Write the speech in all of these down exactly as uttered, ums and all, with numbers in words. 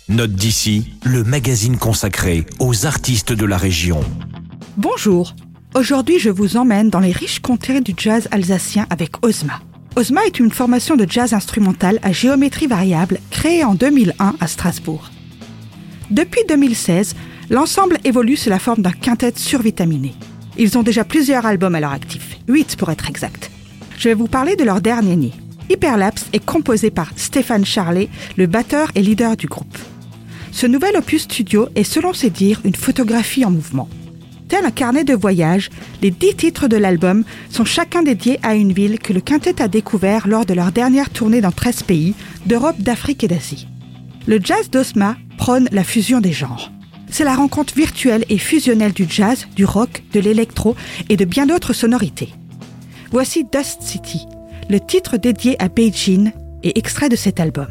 Note d'ici, le magazine consacré aux artistes de la région. Bonjour, aujourd'hui je vous emmène dans les riches contrées du jazz alsacien avec Ozma. Ozma est une formation de jazz instrumental à géométrie variable créée en deux mille un à Strasbourg. Depuis deux mille seize, l'ensemble évolue sous la forme d'un quintet survitaminé. Ils ont déjà plusieurs albums à leur actif, huit pour être exact. Je vais vous parler de leur dernier né. Hyperlapse est composé par Stéphane Charlet, le batteur et leader du groupe. Ce nouvel opus studio est selon ses dires une photographie en mouvement. Tel un carnet de voyage, les dix titres de l'album sont chacun dédiés à une ville que le quintet a découvert lors de leur dernière tournée dans treize pays, d'Europe, d'Afrique et d'Asie. Le jazz d'Ozma prône la fusion des genres. C'est la rencontre virtuelle et fusionnelle du jazz, du rock, de l'électro et de bien d'autres sonorités. Voici Dust City, le titre dédié à Beijing et extrait de cet album.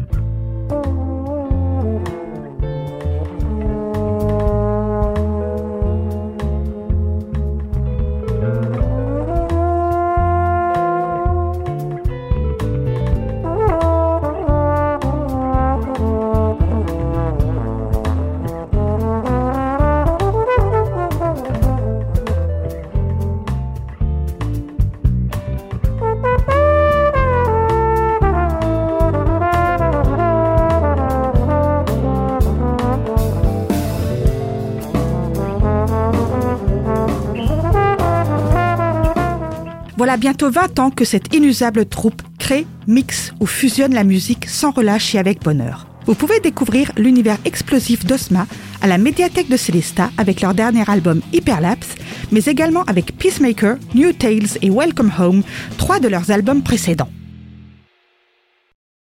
Voilà bientôt vingt ans que cette inusable troupe crée, mixe ou fusionne la musique sans relâche et avec bonheur. Vous pouvez découvrir l'univers explosif d'Ozma à la médiathèque de Célestat avec leur dernier album Hyperlapse, mais également avec Peacemaker, New Tales et Welcome Home, trois de leurs albums précédents.